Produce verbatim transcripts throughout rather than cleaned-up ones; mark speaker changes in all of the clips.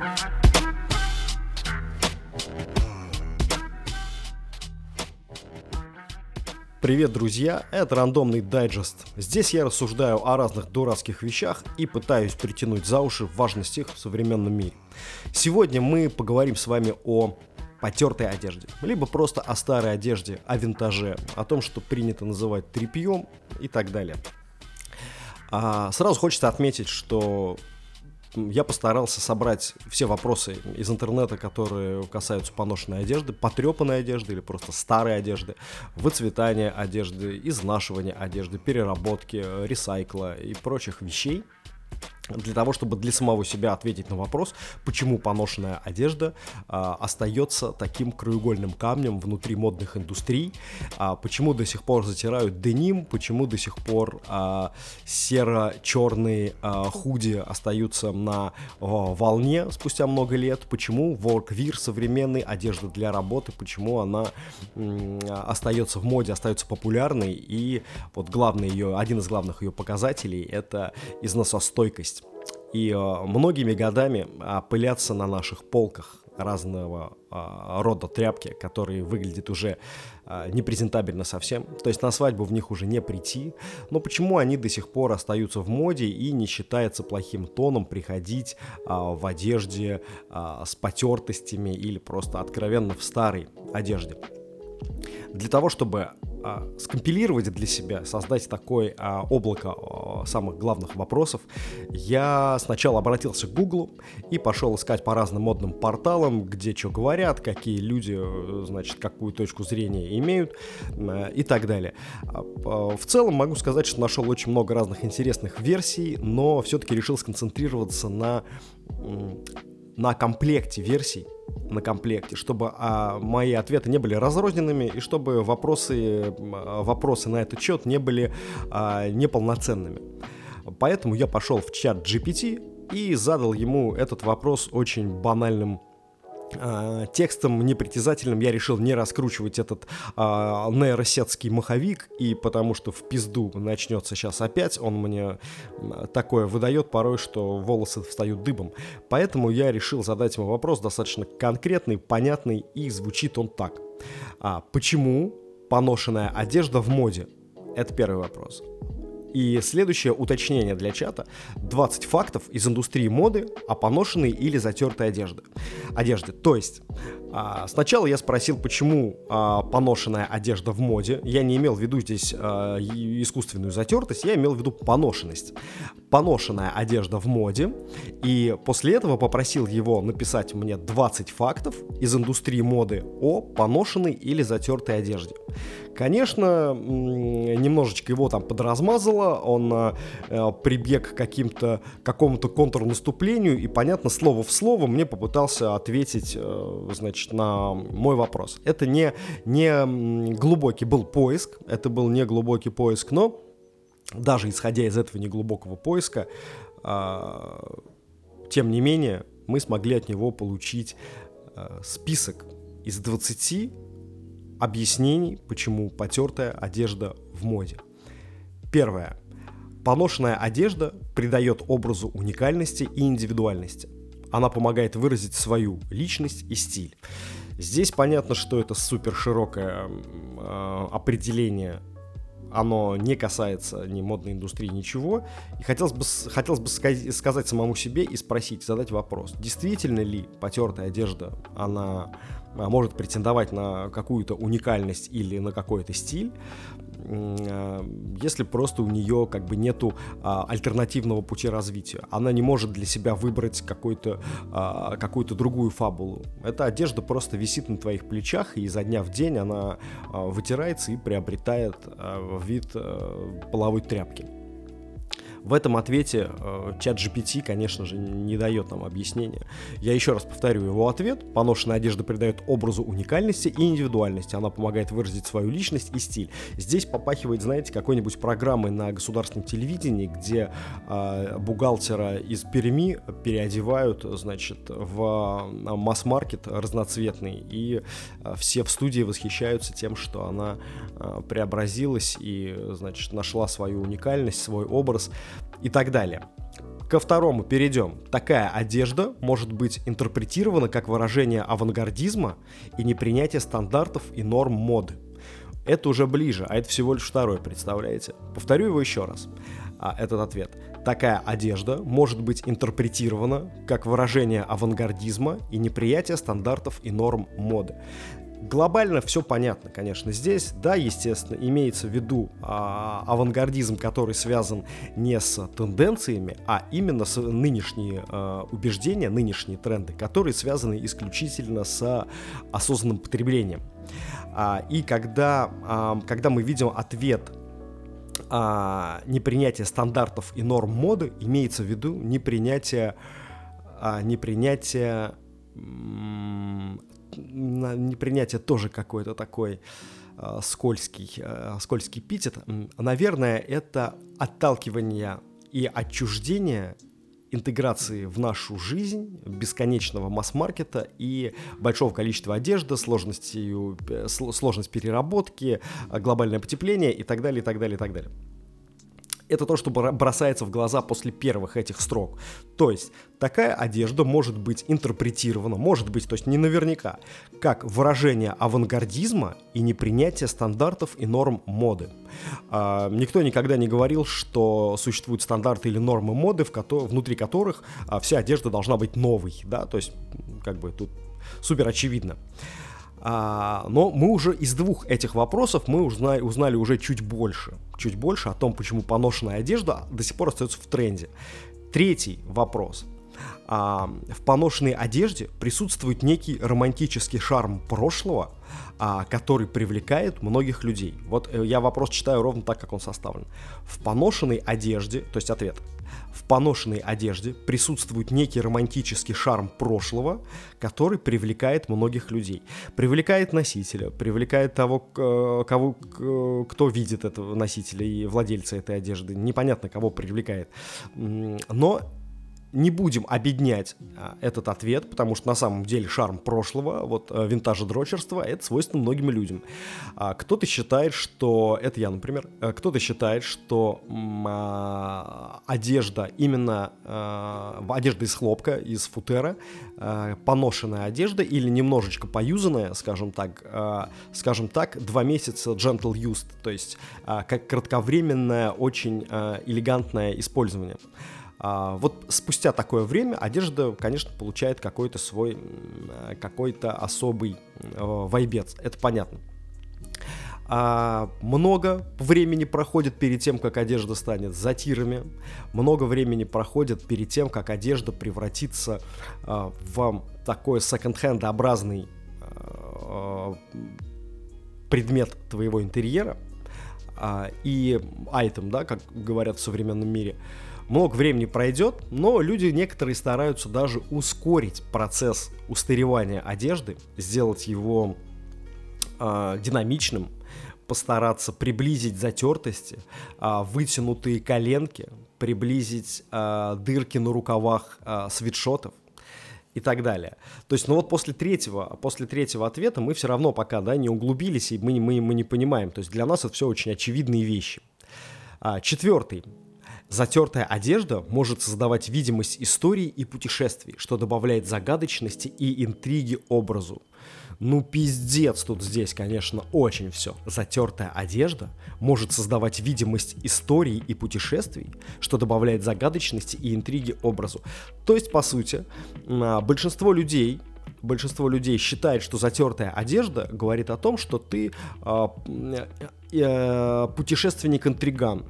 Speaker 1: Привет, друзья! Это рандомный дайджест. Здесь я рассуждаю о разных дурацких вещах и пытаюсь притянуть за уши важность их в современном мире. Сегодня мы поговорим с вами о потертой одежде, либо просто о старой одежде, о винтаже, о том, что принято называть тряпьем и так далее. А сразу хочется отметить, что я постарался собрать все вопросы из интернета, которые касаются поношенной одежды, потрепанной одежды или просто старой одежды, выцветания одежды, изнашивания одежды, переработки, ресайкла и прочих вещей, для того, чтобы для самого себя ответить на вопрос, почему поношенная одежда а, остается таким краеугольным камнем внутри модных индустрий, а, почему до сих пор затирают деним, почему до сих пор а, серо-черные а, худи остаются на а, волне спустя много лет, почему workwear современной, одежда для работы, почему она м, остается в моде, остается популярной, и вот главный ее, один из главных ее показателей — это износостойкость. И э, многими годами э, пылятся на наших полках разного э, рода тряпки, которые выглядят уже э, непрезентабельно совсем. То есть на свадьбу в них уже не прийти. Но почему они до сих пор остаются в моде и не считается плохим тоном приходить э, в одежде э, с потертостями или просто откровенно в старой одежде? Для того, чтобы а, скомпилировать для себя, создать такое а, облако а, самых главных вопросов, я сначала обратился к Google и пошел искать по разным модным порталам, где что говорят, какие люди, значит, какую точку зрения имеют а, и так далее. А, а, в целом могу сказать, что нашел очень много разных интересных версий, но все-таки решил сконцентрироваться на, на комплекте версий, на комплекте, чтобы а, мои ответы не были разрозненными и чтобы вопросы, вопросы на этот счет не были а, неполноценными. Поэтому я пошел в чат джи пи ти и задал ему этот вопрос очень банальным а, текстом, непритязательным. Я решил не раскручивать этот а, нейросетский маховик, и потому что в пизду начнется сейчас опять, он мне такое выдает порой, что волосы встают дыбом. Поэтому я решил задать ему вопрос достаточно конкретный, понятный, и звучит он так. А, почему поношенная одежда в моде? Это первый вопрос. И следующее уточнение для чата: двадцать фактов из индустрии моды о поношенной или затертой одежде. одежде. То есть, а, сначала я спросил, почему а, поношенная одежда в моде. Я не имел в виду здесь а, искусственную затертость, я имел в виду поношенность. Поношенная одежда в моде. И после этого попросил его написать мне двадцать фактов из индустрии моды о поношенной или затертой одежде. Конечно, немножечко его там подразмазало, он э, прибег к каким-то, какому-то контрнаступлению, и, понятно, слово в слово мне попытался ответить, э, значит, на мой вопрос. Это не, не глубокий был поиск, это был не глубокий поиск, но даже исходя из этого неглубокого поиска, э, тем не менее, мы смогли от него получить э, список из двадцати объяснений, почему потертая одежда в моде. Первое. Поношенная одежда придает образу уникальности и индивидуальности. Она помогает выразить свою личность и стиль. Здесь понятно, что это супер широкое э, определение. Оно не касается ни модной индустрии, ничего. И хотелось бы, хотелось бы сказать самому себе и спросить, задать вопрос. Действительно ли потертая одежда, она может претендовать на какую-то уникальность или на какой-то стиль, если просто у нее как бы нету а, альтернативного пути развития. Она не может для себя выбрать какой-то, а, какую-то другую фабулу. Эта одежда просто висит на твоих плечах, и изо дня в день она а, вытирается и приобретает а, вид а, половой тряпки. В этом ответе э, чат джи пи ти, конечно же, не дает нам объяснения. Я еще раз повторю его ответ. Поношенная одежда придает образу уникальности и индивидуальности. Она помогает выразить свою личность и стиль. Здесь попахивает, знаете, какой-нибудь программой на государственном телевидении, где э, бухгалтера из Перми переодевают, значит, в масс-маркет разноцветный. И э, все в студии восхищаются тем, что она э, преобразилась и, значит, нашла свою уникальность, свой образ и так далее. Ко второму перейдем. Такая одежда может быть интерпретирована как выражение авангардизма и непринятие стандартов и норм моды. Это уже ближе, а это всего лишь второй, представляете? Повторю его еще раз, а, этот ответ. Такая одежда может быть интерпретирована как выражение авангардизма и неприятие стандартов и норм моды. Глобально все понятно, конечно, здесь, да, естественно, имеется в виду а, авангардизм, который связан не с тенденциями, а именно с нынешние а, убеждения, нынешние тренды, которые связаны исключительно с осознанным потреблением. А, и когда, а, когда мы видим ответ а, непринятие стандартов и норм моды, имеется в виду непринятие, а, непринятие непринятие тоже какой-то такой э, скользкий, э, скользкий эпитет. Наверное, это отталкивание и отчуждение интеграции в нашу жизнь бесконечного масс-маркета и большого количества одежды, сложности, сложность переработки, глобальное потепление и так далее, и так далее, и так далее. Это то, что бросается в глаза после первых этих строк. То есть такая одежда может быть интерпретирована, может быть, то есть не наверняка, как выражение авангардизма и непринятие стандартов и норм моды. А, никто никогда не говорил, что существуют стандарты или нормы моды, в ко- внутри которых а, вся одежда должна быть новой, да, то есть как бы тут супер очевидно. А, но мы уже из двух этих вопросов мы узнали, узнали уже чуть больше. Чуть больше о том, почему поношенная одежда до сих пор остается в тренде. Третий вопрос. А, в поношенной одежде присутствует некий романтический шарм прошлого, а, который привлекает многих людей. Вот я вопрос читаю ровно так, как он составлен. В поношенной одежде, то есть ответ. В поношенной одежде присутствует некий романтический шарм прошлого, который привлекает многих людей. Привлекает носителя, привлекает того, кого, кто видит этого носителя и владельца этой одежды. Непонятно, кого привлекает. Но не будем обеднять а, этот ответ, потому что на самом деле шарм прошлого, вот а, винтажа-дрочерства, это свойственно многим людям. А, кто-то считает, что, это я, например, а, кто-то считает, что м, а, одежда, именно а, одежда из хлопка, из футера, а, поношенная одежда или немножечко поюзанная, скажем так, а, скажем так, два месяца gentle used, то есть а, как кратковременное, очень а, элегантное использование. А, вот спустя такое время одежда, конечно, получает какой-то свой, какой-то особый э, вайбец, это понятно. А, много времени проходит перед тем, как одежда станет затирами, много времени проходит перед тем, как одежда превратится э, в такой секонд-хенд-образный э, предмет твоего интерьера э, и айтем, да, как говорят в современном мире. Много времени пройдет, но люди некоторые стараются даже ускорить процесс устаревания одежды, сделать его э, динамичным, постараться приблизить затертости, э, вытянутые коленки, приблизить э, дырки на рукавах э, свитшотов и так далее. То есть, ну вот после третьего, после третьего ответа мы все равно пока, да, не углубились, и мы, мы, мы не понимаем. То есть для нас это все очень очевидные вещи. А, четвертый. Затертая одежда может создавать видимость истории и путешествий, что добавляет загадочности и интриги образу. Ну пиздец тут здесь, конечно, очень все. Затертая одежда может создавать видимость истории и путешествий, что добавляет загадочности и интриги образу. То есть, по сути, большинство людей... Большинство людей считает, что затертая одежда говорит о том, что ты э, э, путешественник-интриган.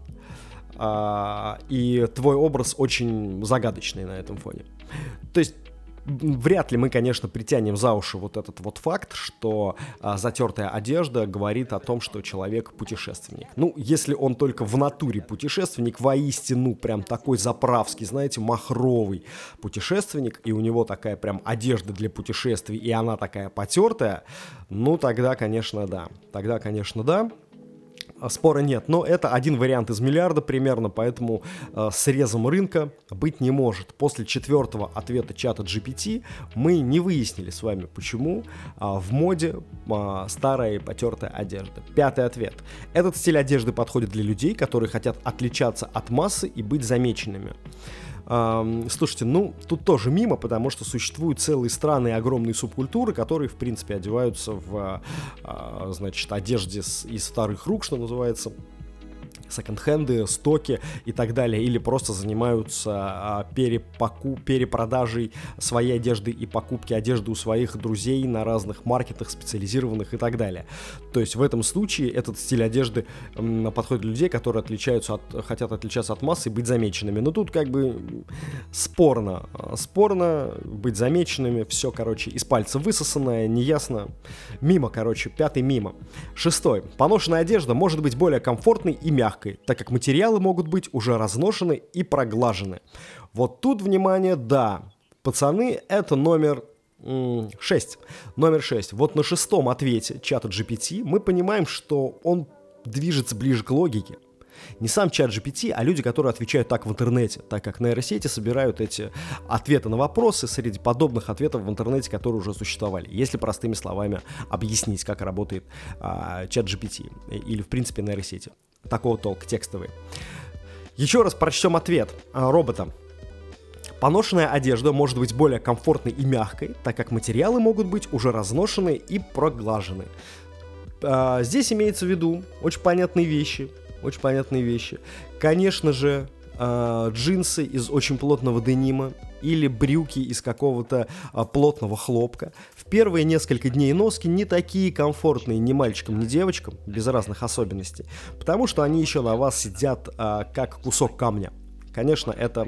Speaker 1: Uh, и твой образ очень загадочный на этом фоне. То есть вряд ли мы, конечно, притянем за уши вот этот вот факт, что uh, затертая одежда говорит о том, что человек путешественник. Ну, если он только в натуре путешественник, воистину прям такой заправский, знаете, махровый путешественник, и у него такая прям одежда для путешествий, и она такая потертая, ну, тогда, конечно, да. Тогда, конечно, да. Спора нет, но это один вариант из миллиарда примерно, поэтому э, срезом рынка быть не может. После четвертого ответа чата джи пи ти мы не выяснили с вами, почему э, в моде э, старая и потертая одежда. Пятый ответ. Этот стиль одежды подходит для людей, которые хотят отличаться от массы и быть замеченными. Эм, слушайте, ну, тут тоже мимо, потому что существуют целые страны и огромные субкультуры, которые, в принципе, одеваются в, э, значит, одежде с, из вторых рук, что называется, секонд-хенды, стоки и так далее, или просто занимаются а, перепоку... перепродажей своей одежды и покупки одежды у своих друзей на разных маркетах специализированных и так далее. То есть в этом случае этот стиль одежды м, подходит для людей, которые отличаются от, хотят отличаться от массы и быть замеченными. Но тут как бы спорно. Спорно быть замеченными, все, короче, из пальца высосанное, неясно. Мимо, короче, пятый мимо. Шестой. Поношенная одежда может быть более комфортной и мягкой, так как материалы могут быть уже разношены и проглажены. Вот тут, внимание, да, пацаны, это номер шесть. Номер шесть. Вот на шестом ответе чата джи пи ти мы понимаем, что он движется ближе к логике. Не сам чат джи пи ти, а люди, которые отвечают так в интернете, так как нейросети собирают эти ответы на вопросы среди подобных ответов в интернете, которые уже существовали. Если простыми словами объяснить, как работает а, чат джи пи ти или, в принципе, нейросети. Такого толка, текстовые. Еще раз прочтем ответ а, робота. Поношенная одежда может быть более комфортной и мягкой, так как материалы могут быть уже разношены и проглажены. А, здесь имеется в виду очень понятные вещи. Очень понятные вещи. Конечно же, э, джинсы из очень плотного денима или брюки из какого-то э, плотного хлопка. В первые несколько дней носки не такие комфортные ни мальчикам, ни девочкам, без разных особенностей, потому что они еще на вас сидят э, как кусок камня. Конечно, это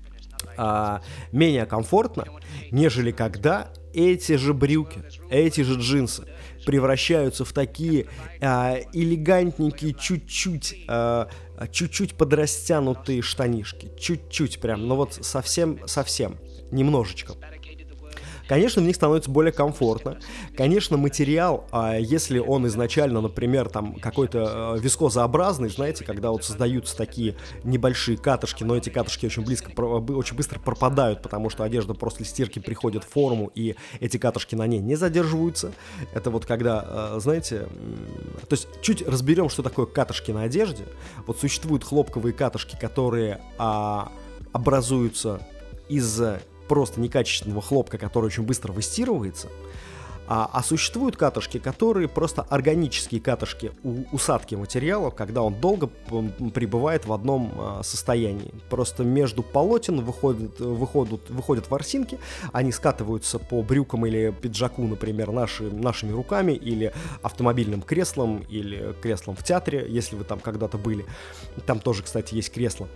Speaker 1: э, менее комфортно, нежели когда эти же брюки, эти же джинсы превращаются в такие э, элегантненькие, чуть-чуть, э, чуть-чуть подрастянутые штанишки. Чуть-чуть прям, но вот совсем-совсем, немножечко. Конечно, в них становится более комфортно. Конечно, материал, а если он изначально, например, там какой-то э, вискозообразный, знаете, когда вот создаются такие небольшие катышки, но эти катышки очень близко, очень быстро пропадают, потому что одежда после стирки приходит в форму, и эти катышки на ней не задерживаются. Это вот когда, э, знаете, э, то есть чуть разберем, что такое катышки на одежде. Вот существуют хлопковые катышки, которые э, образуются из просто некачественного хлопка, который очень быстро выстирывается, а, а существуют катышки, которые просто органические катышки у, усадки материала, когда он долго пребывает в одном а, состоянии. Просто между полотен выходят, выходят, выходят ворсинки, они скатываются по брюкам или пиджаку, например, наши, нашими руками, или автомобильным креслом, или креслом в театре, если вы там когда-то были. Там тоже, кстати, есть кресло.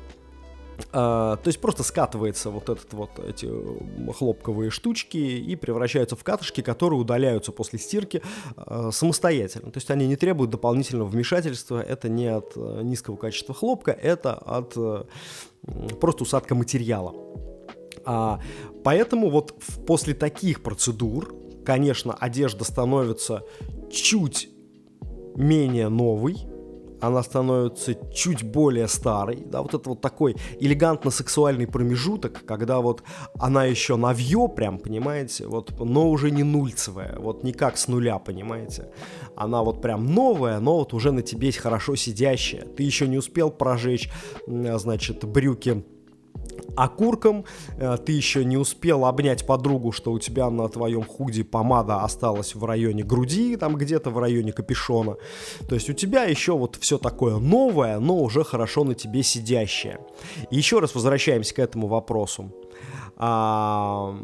Speaker 1: Uh, то есть просто скатывается вот этот вот эти хлопковые штучки и превращаются в катышки, которые удаляются после стирки uh, самостоятельно. То есть они не требуют дополнительного вмешательства. Это не от uh, низкого качества хлопка, это от uh, просто усадка материала. Uh, поэтому вот в, после таких процедур, конечно, одежда становится чуть менее новой. Она становится чуть более старой, да, вот это вот такой элегантно-сексуальный промежуток, когда вот она еще навье прям, понимаете, вот, но уже не нульцевая, вот не как с нуля, понимаете, она вот прям новая, но вот уже на тебе хорошо сидящая, ты еще не успел прожечь, значит, брюки окурком, ты еще не успел обнять подругу, что у тебя на твоем худи помада осталась в районе груди, там где-то в районе капюшона. То есть у тебя еще вот все такое новое, но уже хорошо на тебе сидящее. И еще раз возвращаемся к этому вопросу. А...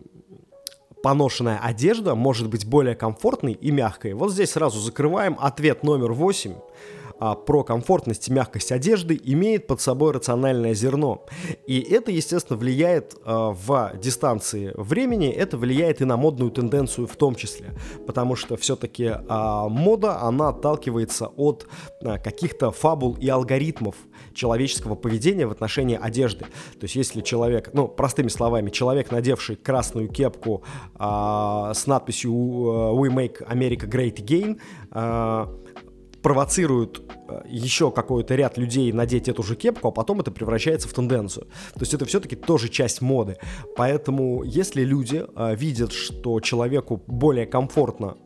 Speaker 1: Поношенная одежда может быть более комфортной и мягкой. Вот здесь сразу закрываем ответ номер восемь. Про комфортность и мягкость одежды имеет под собой рациональное зерно. И это, естественно, влияет э, в дистанции времени, это влияет и на модную тенденцию в том числе. Потому что все-таки э, мода, она отталкивается от э, каких-то фабул и алгоритмов человеческого поведения в отношении одежды. То есть если человек, ну, простыми словами, человек, надевший красную кепку э, с надписью «We make America great again», э, провоцируют еще какой-то ряд людей надеть эту же кепку, а потом это превращается в тенденцию. То есть это все-таки тоже часть моды. Поэтому если люди а, видят, что человеку более комфортно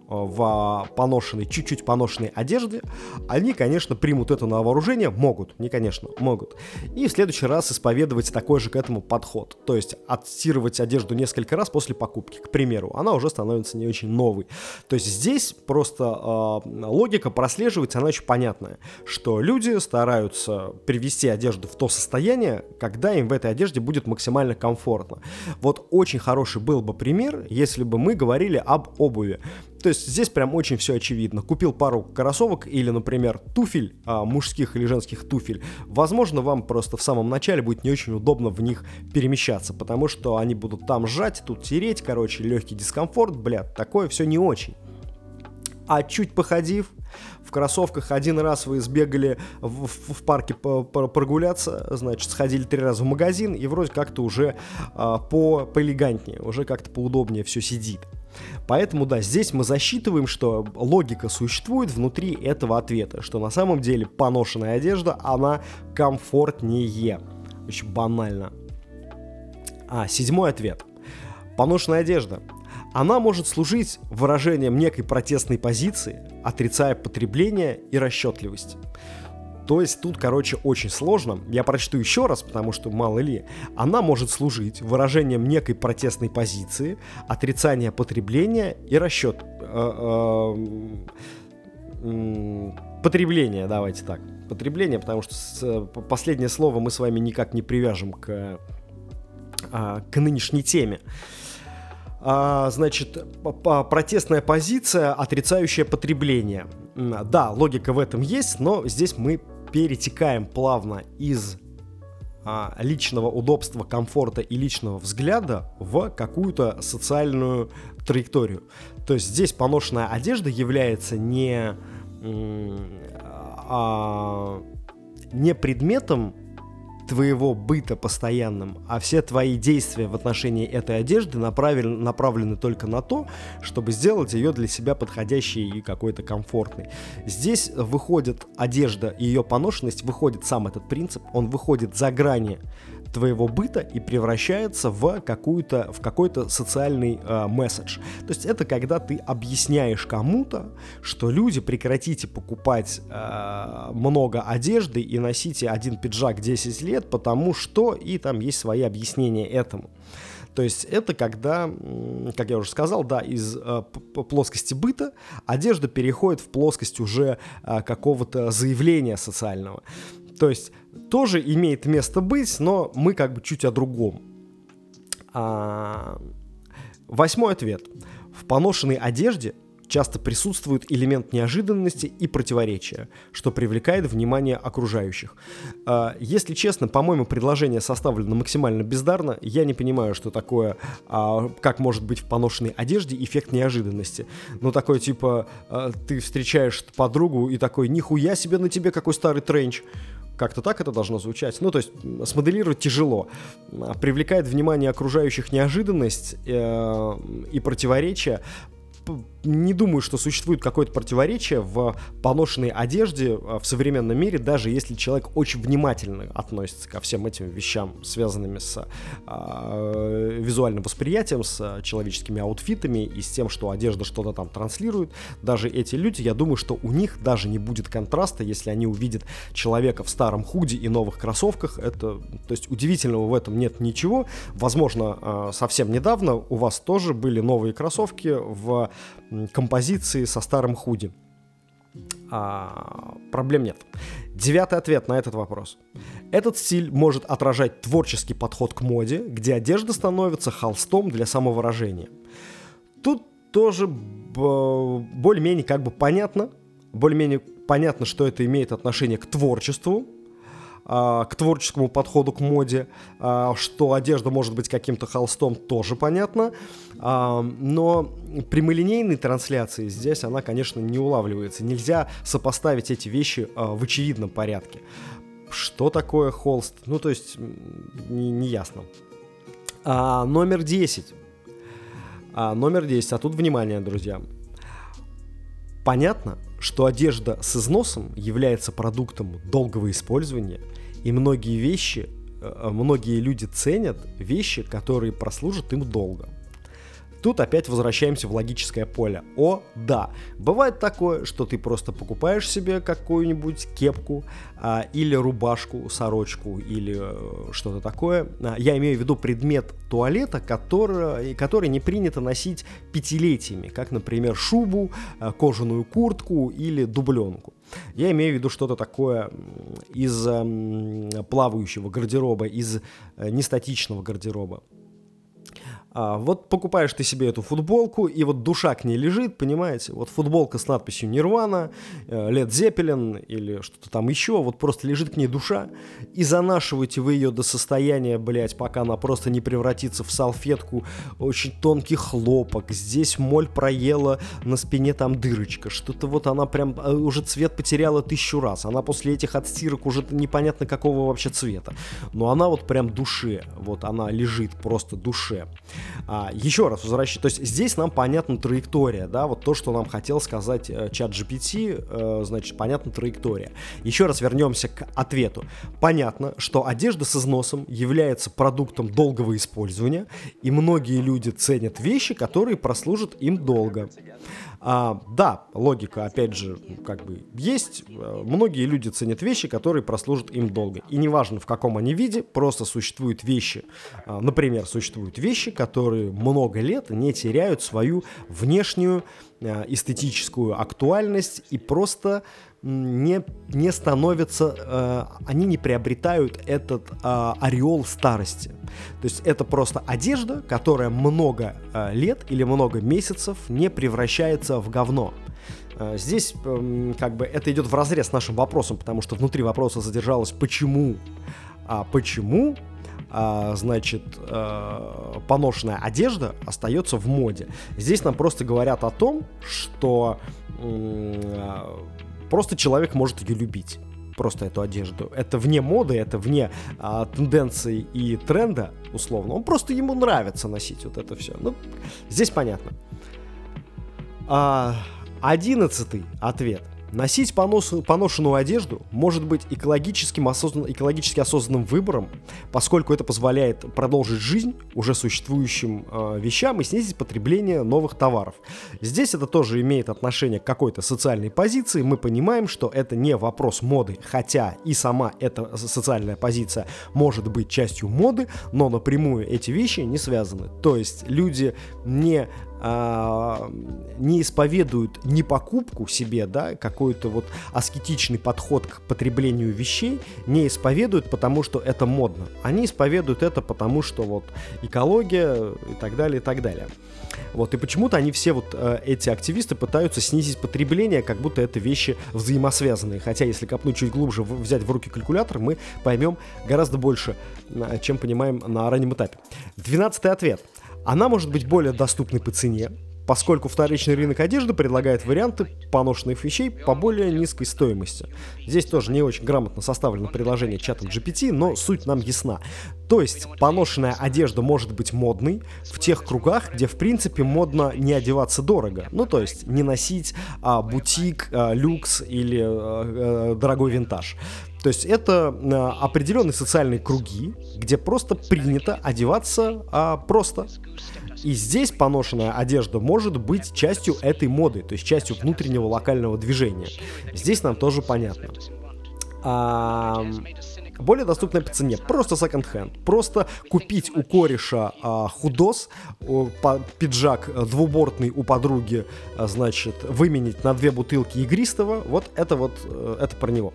Speaker 1: в поношенной, чуть-чуть поношенной одежде, они, конечно, примут это на вооружение, могут, не конечно, могут, и в следующий раз исповедовать такой же к этому подход, то есть отстирывать одежду несколько раз после покупки, к примеру, она уже становится не очень новой. То есть здесь просто э, логика прослеживается, она очень понятная, что люди стараются привести одежду в то состояние, когда им в этой одежде будет максимально комфортно. Вот очень хороший был бы пример, если бы мы говорили об обуви. То есть здесь прям очень все очевидно. Купил пару кроссовок или, например, туфель, а, мужских или женских туфель. Возможно, вам просто в самом начале будет не очень удобно в них перемещаться, потому что они будут там сжать, тут тереть, короче, легкий дискомфорт, блядь, такое все не очень. А чуть походив, в кроссовках один раз вы сбегали в, в, в парке по, по, прогуляться, значит, сходили три раза в магазин, и вроде как-то уже а, по, поэлегантнее, уже как-то поудобнее все сидит. Поэтому, да, здесь мы засчитываем, что логика существует внутри этого ответа, что на самом деле поношенная одежда, она комфортнее. Очень банально. А, седьмой ответ. Поношенная одежда. Она может служить выражением некой протестной позиции, отрицая потребление и расчетливость. То есть тут, короче, очень сложно. Я прочту еще раз, потому что мало ли. Она может служить выражением некой протестной позиции, отрицания потребления и расчет... Э, э, потребление, давайте так. Потребление, потому что с, последнее слово мы с вами никак не привяжем к, э, к нынешней теме. А, значит, протестная позиция, отрицающая потребление. Да, логика в этом есть, но здесь мы перетекаем плавно из а, личного удобства, комфорта и личного взгляда в какую-то социальную траекторию. То есть здесь поношенная одежда является не, а, не предметом твоего быта постоянным, а все твои действия в отношении этой одежды направлены, направлены только на то, чтобы сделать ее для себя подходящей и какой-то комфортной. Здесь выходит одежда и ее поношенность, выходит сам этот принцип, он выходит за грани твоего быта и превращается в, какую-то, в какой-то социальный э, месседж. То есть это когда ты объясняешь кому-то, что люди, прекратите покупать э, много одежды и носите один пиджак десять лет, потому что, и там есть свои объяснения этому. То есть это когда, как я уже сказал, да, из э, плоскости быта одежда переходит в плоскость уже э, какого-то заявления социального. То есть тоже имеет место быть, но мы как бы чуть о другом. А... Восьмой ответ. В поношенной одежде часто присутствует элемент неожиданности и противоречия, что привлекает внимание окружающих. А, если честно, по-моему, предложение составлено максимально бездарно. Я не понимаю, что такое, а, как может быть в поношенной одежде эффект неожиданности. Ну, такой типа, а, ты встречаешь подругу и такой, нихуя себе на тебе какой старый тренч. Как-то так это должно звучать. Ну, то есть смоделировать тяжело. Привлекает внимание окружающих неожиданность э, и противоречия. Не думаю, что существует какое-то противоречие в поношенной одежде в современном мире, даже если человек очень внимательно относится ко всем этим вещам, связанными с э, визуальным восприятием, с человеческими аутфитами и с тем, что одежда что-то там транслирует. Даже эти люди, я думаю, что у них даже не будет контраста, если они увидят человека в старом худи и новых кроссовках. Это, то есть удивительного в этом нет ничего. Возможно, э, совсем недавно у вас тоже были новые кроссовки в композиции со старым худи. А, проблем нет. Девятый ответ на этот вопрос. Этот стиль может отражать творческий подход к моде, где одежда становится холстом для самовыражения. Тут тоже более-менее как бы понятно, более-менее понятно, что это имеет отношение к творчеству, к творческому подходу к моде, что одежда может быть каким-то холстом, тоже понятно, но прямолинейной трансляции здесь она, конечно, не улавливается. Нельзя сопоставить эти вещи в очевидном порядке. Что такое холст? Ну, то есть, не, не ясно. А, номер десять. А, номер десять. А тут внимание, друзья. Понятно, что одежда с износом является продуктом долгого использования, и многие вещи, многие люди ценят вещи, которые прослужат им долго. Тут опять возвращаемся в логическое поле. О, да, бывает такое, что ты просто покупаешь себе какую-нибудь кепку а, или рубашку, сорочку или а, что-то такое. А, я имею в виду предмет туалета, который, который не принято носить пятилетиями, как, например, шубу, а, кожаную куртку или дубленку. Я имею в виду что-то такое из а, плавающего гардероба, из а, нестатичного гардероба. А, вот покупаешь ты себе эту футболку, и вот душа к ней лежит, понимаете? Вот футболка с надписью Nirvana, Led Zeppelin или что-то там еще, вот просто лежит к ней душа, и занашиваете вы ее до состояния, блядь, пока она просто не превратится в салфетку, очень тонкий хлопок, здесь моль проела, на спине там дырочка, что-то вот она прям уже цвет потеряла тысячу раз, она после этих отстирок уже непонятно какого вообще цвета, но она вот прям душе, вот она лежит просто душе. А, еще раз возвращаюсь, то есть здесь нам понятна траектория, да, вот то, что нам хотел сказать э, чат джи пи ти, э, значит, понятна траектория. Еще раз вернемся к ответу. Понятно, что одежда с износом является продуктом долгого использования, и многие люди ценят вещи, которые прослужат им долго. А, да, логика, опять же, как бы есть. Многие люди ценят вещи, которые прослужат им долго. И неважно, в каком они виде, просто существуют вещи. А, например, существуют вещи, которые много лет не теряют свою внешнюю а, эстетическую актуальность и просто не, не становятся, э, они не приобретают этот э, ореол старости. То есть это просто одежда, которая много э, лет или много месяцев не превращается в говно. Э, здесь э, как бы это идет вразрез с нашим вопросом, потому что внутри вопроса задержалось почему. А почему, а, значит, а, поношенная одежда остается в моде. Здесь нам просто говорят о том, что м- просто человек может ее любить, просто эту одежду. Это вне моды, это вне а, тенденций и тренда, условно. Он просто, ему нравится носить вот это все. Ну, здесь понятно. А, одиннадцатый ответ. Носить понос, поношенную одежду может быть экологическим осознан, экологически осознанным выбором, поскольку это позволяет продолжить жизнь уже существующим э, вещам и снизить потребление новых товаров. Здесь это тоже имеет отношение к какой-то социальной позиции. Мы понимаем, что это не вопрос моды, хотя и сама эта социальная позиция может быть частью моды, но напрямую эти вещи не связаны. То есть люди не... А, не исповедуют не покупку себе, да, какой-то вот аскетичный подход к потреблению вещей, не исповедуют, потому что это модно. Они исповедуют это, потому что вот экология и так далее, и так далее. Вот, и почему-то они все вот э, эти активисты пытаются снизить потребление, как будто это вещи взаимосвязанные. Хотя, если копнуть чуть глубже, в, взять в руки калькулятор, мы поймем гораздо больше, э, чем понимаем на раннем этапе. Двенадцатый ответ. Она может быть более доступной по цене, поскольку вторичный рынок одежды предлагает варианты поношенных вещей по более низкой стоимости. Здесь тоже не очень грамотно составлено предложение чатом джи пи ти, но суть нам ясна. То есть поношенная одежда может быть модной в тех кругах, где в принципе модно не одеваться дорого. Ну то есть не носить а, бутик, а, люкс или а, а, дорогой винтаж. То есть это а, определенные социальные круги, где просто принято одеваться а, просто. И здесь поношенная одежда может быть частью этой моды, то есть частью внутреннего локального движения. Здесь нам тоже понятно. А, более доступная по цене. Просто секонд-хенд. Просто купить у кореша а, худос, о, по, пиджак двубортный у подруги, а, значит, выменить на две бутылки игристого. Вот это вот, это про него.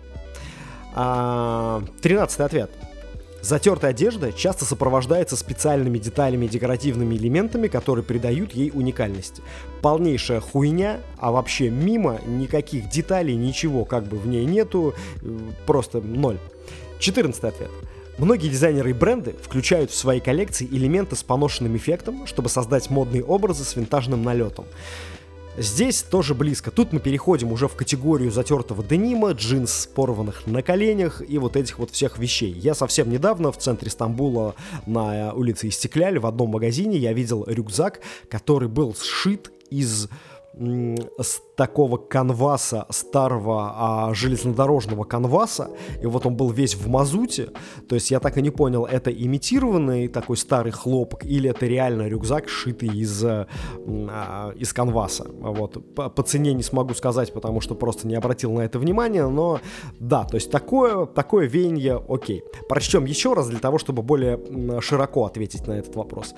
Speaker 1: Тринадцатый ответ. Затертая одежда часто сопровождается специальными деталями и декоративными элементами, которые придают ей уникальность. Полнейшая хуйня, а вообще мимо, никаких деталей, ничего как бы в ней нету, просто ноль. Четырнадцатый ответ. Многие дизайнеры и бренды включают в свои коллекции элементы с поношенным эффектом, чтобы создать модные образы с винтажным налетом. Здесь тоже близко. Тут мы переходим уже в категорию затертого денима, джинс, порванных на коленях и вот этих вот всех вещей. Я совсем недавно в центре Стамбула на улице Истекляль в одном магазине я видел рюкзак, который был сшит из с такого канваса, старого а, железнодорожного канваса, и вот он был весь в мазуте, то есть я так и не понял, это имитированный такой старый хлопок или это реально рюкзак, сшитый из, а, из канваса. Вот. По, по цене не смогу сказать, потому что просто не обратил на это внимания, но да, то есть такое, такое веяние окей. Прочтем еще раз для того, чтобы более широко ответить на этот вопрос.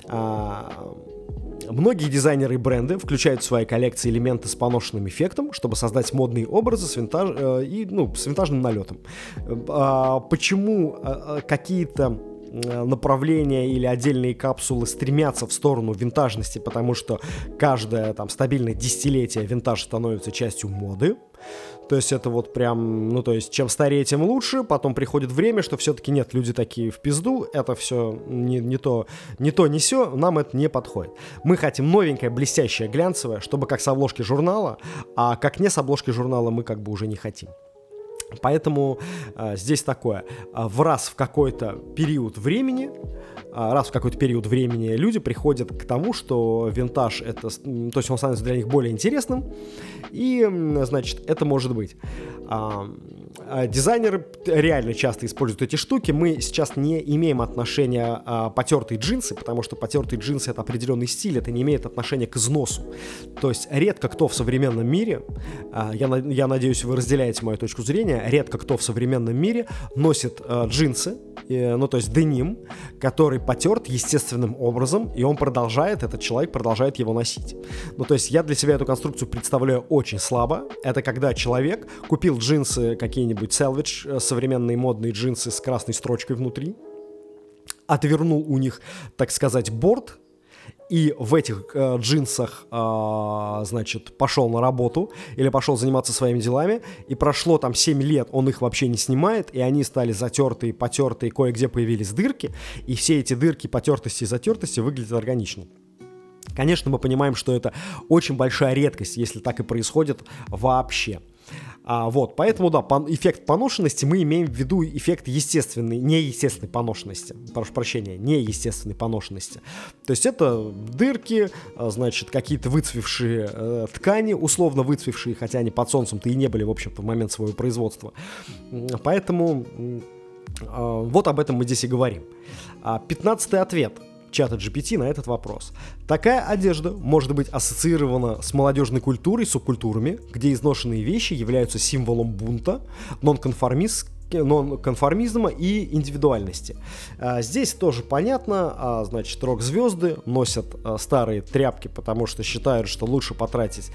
Speaker 1: Многие дизайнеры и бренды включают в свои коллекции элементы с поношенным эффектом, чтобы создать модные образы с, винтаж... э, и, ну, с винтажным налетом. А, почему а, какие-то направления или отдельные капсулы стремятся в сторону винтажности? Потому что каждое там стабильное десятилетие винтаж становится частью моды. То есть это вот прям, ну то есть чем старее, тем лучше. Потом приходит время, что все-таки нет, люди такие в пизду, это все не, не то, не то, не сё, нам это не подходит. Мы хотим новенькое, блестящее, глянцевое, чтобы как с обложки журнала, а как не с обложки журнала мы как бы уже не хотим. Поэтому а, здесь такое, а, в раз в какой-то период времени, а, раз в какой-то период времени люди приходят к тому, что винтаж это, то есть он становится для них более интересным, и, значит, это может быть. А, а дизайнеры реально часто используют эти штуки. Мы сейчас не имеем отношения а, потертые джинсы, потому что потертые джинсы — это определенный стиль, это не имеет отношения к износу. То есть редко кто в современном мире, а, я, я надеюсь, вы разделяете мою точку зрения, редко кто в современном мире носит а, джинсы, э, ну то есть деним, который потерт естественным образом, и он продолжает, этот человек продолжает его носить. Ну то есть я для себя эту конструкцию представляю очень слабо. Это когда человек купил джинсы какие-нибудь Salvage, современные модные джинсы с красной строчкой внутри, отвернул у них, так сказать, борт, и в этих э, джинсах, э, значит, пошел на работу или пошел заниматься своими делами, и прошло там семь лет, он их вообще не снимает, и они стали затертые, потертые, кое-где появились дырки, и все эти дырки, потертости и затертости выглядят органично. Конечно, мы понимаем, что это очень большая редкость, если так и происходит вообще. А, вот, поэтому, да, пон- эффект поношенности мы имеем в виду эффект естественной, неестественной поношенности. Прошу прощения, неестественной поношенности. То есть это дырки, значит, какие-то выцвевшие э, ткани, условно выцвевшие, хотя они под солнцем-то и не были, в общем-то, в момент своего производства. Поэтому э, вот об этом мы здесь и говорим. Пятнадцатый ответ чата джи пи ти на этот вопрос. Такая одежда может быть ассоциирована с молодежной культурой, субкультурами, где изношенные вещи являются символом бунта, нонконформизма, нонконформизма и индивидуальности. А, здесь тоже понятно, а, значит, рок-звезды носят а, старые тряпки, потому что считают, что лучше потратить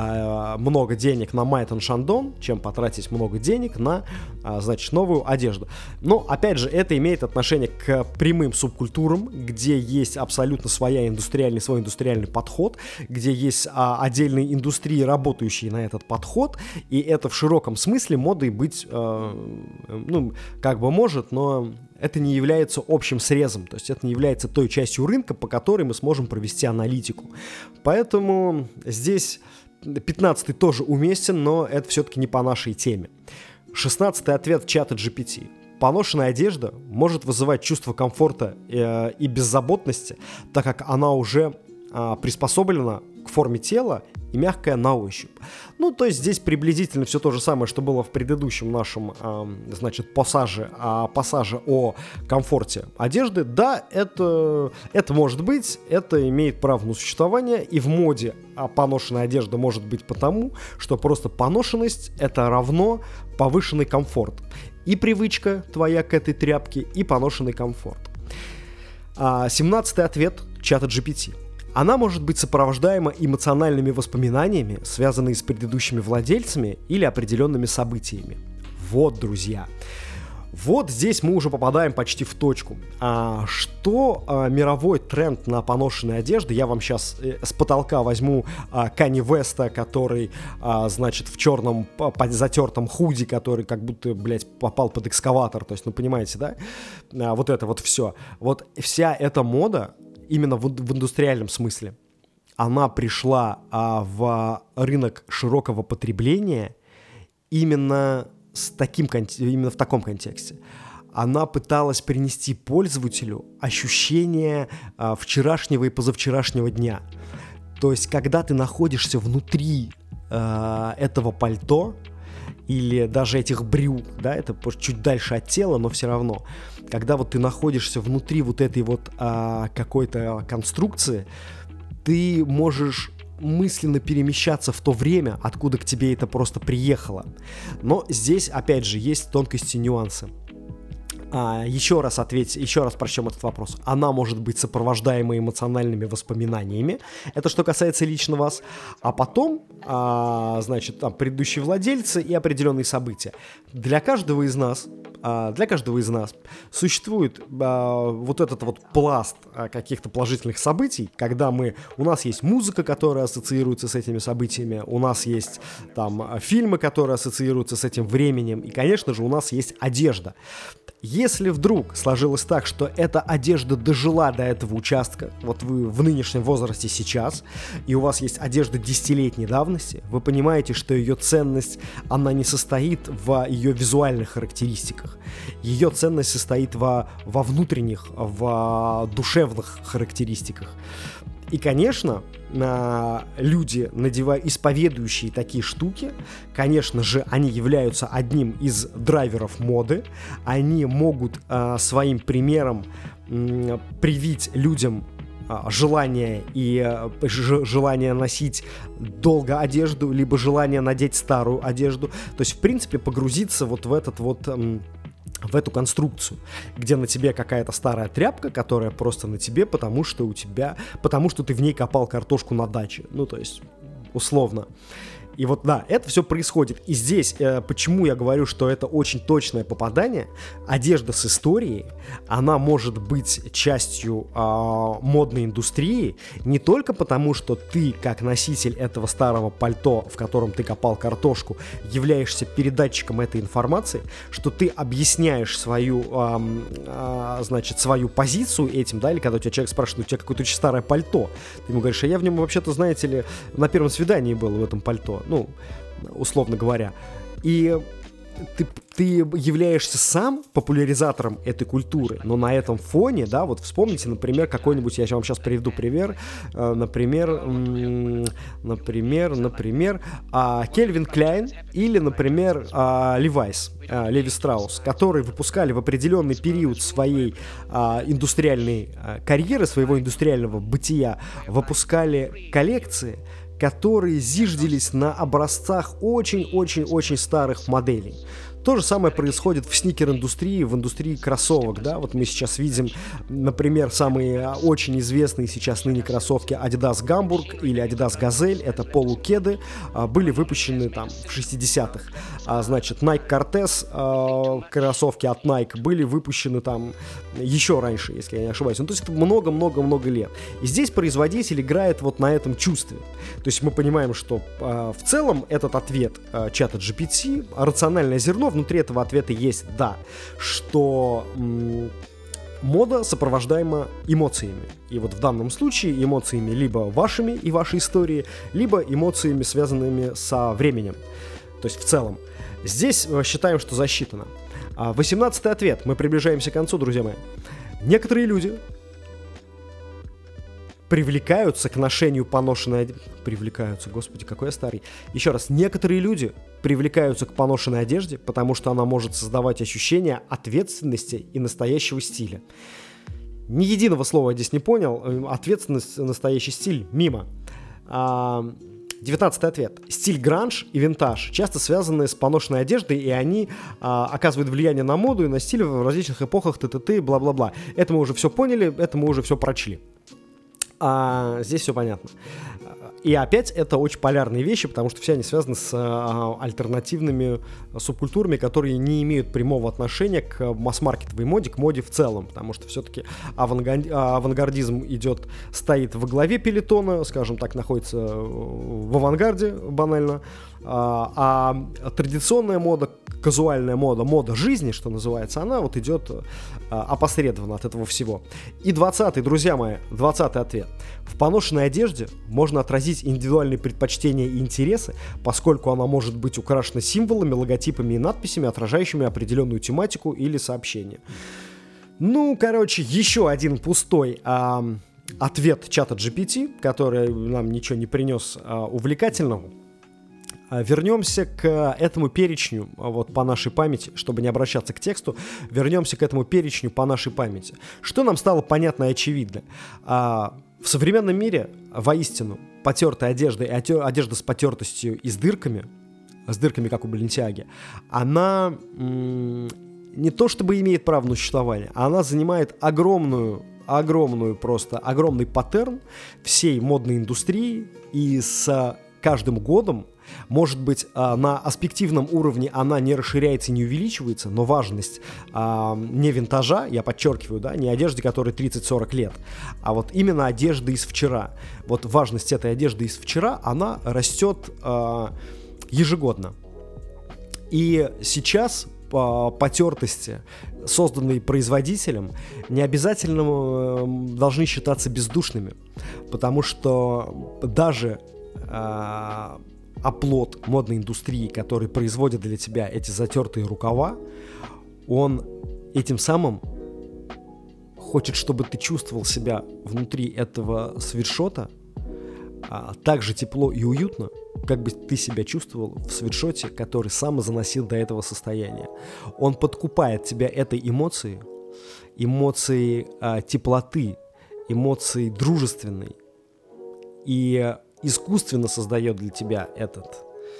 Speaker 1: а, много денег на Майтон Шандон, чем потратить много денег на, а, значит, новую одежду. Но, опять же, это имеет отношение к прямым субкультурам, где есть абсолютно своя индустриальный, свой индустриальный подход, где есть а, отдельные индустрии, работающие на этот подход, и это в широком смысле модой быть а, ну, как бы может, но это не является общим срезом, то есть это не является той частью рынка, по которой мы сможем провести аналитику. Поэтому здесь пятнадцатый тоже уместен, но это все-таки не по нашей теме. шестнадцатый ответ чата джи пи ти. Поношенная одежда может вызывать чувство комфорта э, и беззаботности, так как она уже э, приспособлена к форме тела и мягкая на ощупь. Ну, то есть здесь приблизительно все то же самое, что было в предыдущем нашем, э, значит, пассаже, э, пассаже о комфорте одежды. Да, это, это может быть, это имеет право на существование, и в моде а поношенная одежда может быть потому, что просто поношенность — это равно повышенный комфорт. И привычка твоя к этой тряпке, и поношенный комфорт. А, семнадцатый ответ чата джи пи ти. Она может быть сопровождаема эмоциональными воспоминаниями, связанными с предыдущими владельцами или определенными событиями. Вот, друзья. Вот здесь мы уже попадаем почти в точку. А, что а, мировой тренд на поношенные одежды? Я вам сейчас э, с потолка возьму а, Канье Веста, который, а, значит, в черном по, по затертом худи, который как будто, блядь, попал под экскаватор. То есть, ну, понимаете, да? А, вот это вот все. Вот вся эта мода, именно в, в индустриальном смысле, она пришла а, в рынок широкого потребления именно с таким, именно в таком контексте. Она пыталась принести пользователю ощущение а, вчерашнего и позавчерашнего дня. То есть, когда ты находишься внутри э, этого пальто, или даже этих брюк, да, это чуть дальше от тела, но все равно, когда вот ты находишься внутри вот этой вот а, какой-то конструкции, ты можешь мысленно перемещаться в то время, откуда к тебе это просто приехало. Но здесь, опять же, есть тонкости, нюансы. А, еще раз ответь, еще раз прочтем этот вопрос. Она может быть сопровождаема эмоциональными воспоминаниями. Это что касается лично вас. А потом, а, значит, там предыдущие владельцы и определенные события. Для каждого из нас, а, для каждого из нас существует а, вот этот вот пласт а, каких-то положительных событий, когда мы, у нас есть музыка, которая ассоциируется с этими событиями, у нас есть там фильмы, которые ассоциируются с этим временем, и, конечно же, у нас есть одежда. Если вдруг сложилось так, что эта одежда дожила до этого участка, вот вы в нынешнем возрасте сейчас, и у вас есть одежда десятилетней давности, вы понимаете, что ее ценность, она не состоит в ее визуальных характеристиках. Ее ценность состоит во, во внутренних, в душевных характеристиках. И, конечно, люди, надевая, исповедующие такие штуки, конечно же, они являются одним из драйверов моды. Они могут а, своим примером м, привить людям а, желание и а, ж, желание носить долго одежду, либо желание надеть старую одежду. То есть, в принципе, погрузиться вот в этот вот... М, в эту конструкцию, где на тебе какая-то старая тряпка, которая просто на тебе, потому что у тебя, потому что ты в ней копал картошку на даче, ну то есть условно. И вот да, это все происходит. И здесь, э, почему я говорю, что это очень точное попадание, одежда с историей, она может быть частью э, модной индустрии не только потому, что ты, как носитель этого старого пальто, в котором ты копал картошку, являешься передатчиком этой информации, что ты объясняешь свою, э, э, значит, свою позицию этим, да, или когда у тебя человек спрашивает, у тебя какое-то очень старое пальто, ты ему говоришь, а я в нем вообще-то, знаете ли, на первом свидании был в этом пальто. Ну, условно говоря. И ты, ты являешься сам популяризатором этой культуры, но на этом фоне, да, вот вспомните, например, какой-нибудь, я вам сейчас приведу пример, э, например, м- например, например, э, Кельвин Кляйн или, например, э, Levi's, э, Леви Страус, которые выпускали в определенный период своей э, индустриальной э, карьеры, своего индустриального бытия, выпускали коллекции, которые зиждились на образцах очень-очень-очень старых моделей. То же самое происходит в сникер-индустрии, в индустрии кроссовок, да, вот мы сейчас видим, например, самые очень известные сейчас ныне кроссовки Adidas Гамбург или Adidas Газель, это полукеды, были выпущены там в шестидесятых, а, значит, Nike Cortez, а, кроссовки от Nike были выпущены там еще раньше, если я не ошибаюсь, ну, то есть это много-много-много лет, и здесь производитель играет вот на этом чувстве, то есть мы понимаем, что а, в целом этот ответ а, чата джи пи ти, рациональное зерно, внутри этого ответа есть «да», что м- мода сопровождаема эмоциями. И вот в данном случае эмоциями либо вашими и вашей истории, либо эмоциями, связанными со временем. То есть в целом. Здесь считаем, что засчитано. восемнадцатый ответ. Мы приближаемся к концу, друзья мои. Некоторые люди привлекаются к ношению поношенной одежды. Привлекаются, господи, какой я старый. Еще раз, некоторые люди привлекаются к поношенной одежде, потому что она может создавать ощущение ответственности и настоящего стиля. Ни единого слова я здесь не понял. Ответственность, настоящий стиль, мимо. девятнадцатый ответ. Стиль гранж и винтаж часто связаны с поношенной одеждой, и они а, оказывают влияние на моду и на стиль в различных эпохах, т.т.т. бла-бла-бла. Это мы уже все поняли, это мы уже все прочли. А, здесь все понятно. И опять это очень полярные вещи, потому что все они связаны с а, альтернативными субкультурами, которые не имеют прямого отношения к масс-маркетовой моде, к моде в целом, потому что все-таки авангард, авангардизм идет, стоит во главе пелетона, скажем так, находится в авангарде банально, а, а традиционная мода, казуальная мода, мода жизни, что называется, она вот идет а, опосредованно от этого всего. И двадцатый, друзья мои, двадцатый ответ. В поношенной одежде можно отразить индивидуальные предпочтения и интересы, поскольку она может быть украшена символами, логотипами и надписями, отражающими определенную тематику или сообщение. Ну, короче, еще один пустой, а, ответ чата джи пи ти, который нам ничего не принес а, увлекательного. А, вернемся к этому перечню, вот по нашей памяти, чтобы не обращаться к тексту, вернемся к этому перечню по нашей памяти. Что нам стало понятно и очевидно? А, в современном мире, воистину, потертая одежда и одежда с потертостью и с дырками, с дырками, как у Баленсиаги, она м- не то чтобы имеет право на существование, а она занимает огромную, огромную просто, огромный паттерн всей модной индустрии, и с каждым годом, может быть, на аспективном уровне она не расширяется и не увеличивается, но важность а, не винтажа, я подчеркиваю, да, не одежды, которой тридцать-сорок лет, а вот именно одежды из вчера. Вот важность этой одежды из вчера, она растет а, ежегодно. И сейчас по потертости, созданные производителем, не обязательно должны считаться бездушными, потому что даже а, оплот модной индустрии, который производит для тебя эти затертые рукава, он этим самым хочет, чтобы ты чувствовал себя внутри этого свитшота а, так же тепло и уютно, как бы ты себя чувствовал в свитшоте, который сам заносил до этого состояния. Он подкупает тебя этой эмоцией, эмоцией а, теплоты, эмоцией дружественной, и искусственно создает для тебя этот,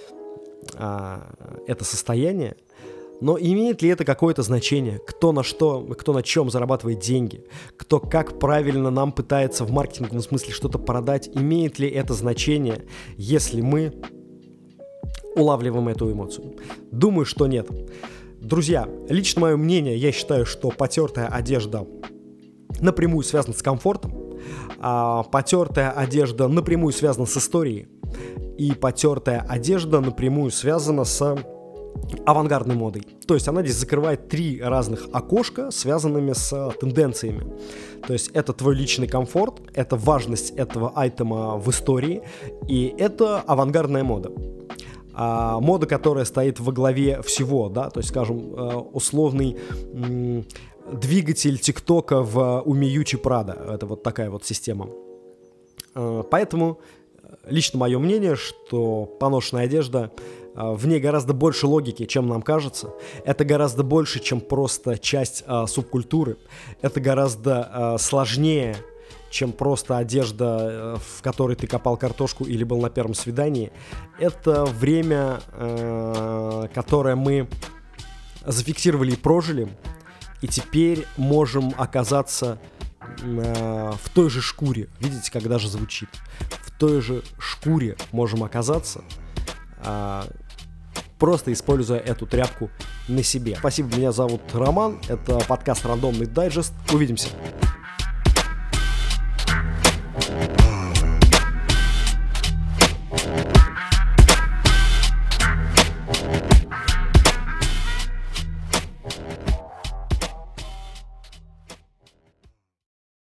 Speaker 1: а, это состояние. Но имеет ли это какое-то значение? Кто на что, кто на чем зарабатывает деньги? Кто как правильно нам пытается в маркетинговом смысле что-то продать? Имеет ли это значение, если мы улавливаем эту эмоцию? Думаю, что нет. Друзья, лично мое мнение, я считаю, что потертая одежда напрямую связана с комфортом, а потертая одежда напрямую связана с историей, и потертая одежда напрямую связана с авангардной модой. То есть она здесь закрывает три разных окошка, связанными с тенденциями. То есть это твой личный комфорт, это важность этого айтема в истории, и это авангардная мода. А, мода, которая стоит во главе всего, да, то есть, скажем, условный м- двигатель ТикТока в Умиючи Прада. Это вот такая вот система. А, поэтому лично мое мнение, что поношенная одежда, в ней гораздо больше логики, чем нам кажется. Это гораздо больше, чем просто часть а, субкультуры. Это гораздо а, сложнее, чем просто одежда, в которой ты копал картошку или был на первом свидании. Это время, а, которое мы зафиксировали и прожили, и теперь можем оказаться а, в той же шкуре. Видите, как даже звучит. В той же шкуре можем оказаться, а, просто используя эту тряпку на себе. Спасибо, меня зовут Роман, это подкаст «Рандомный дайджест». Увидимся.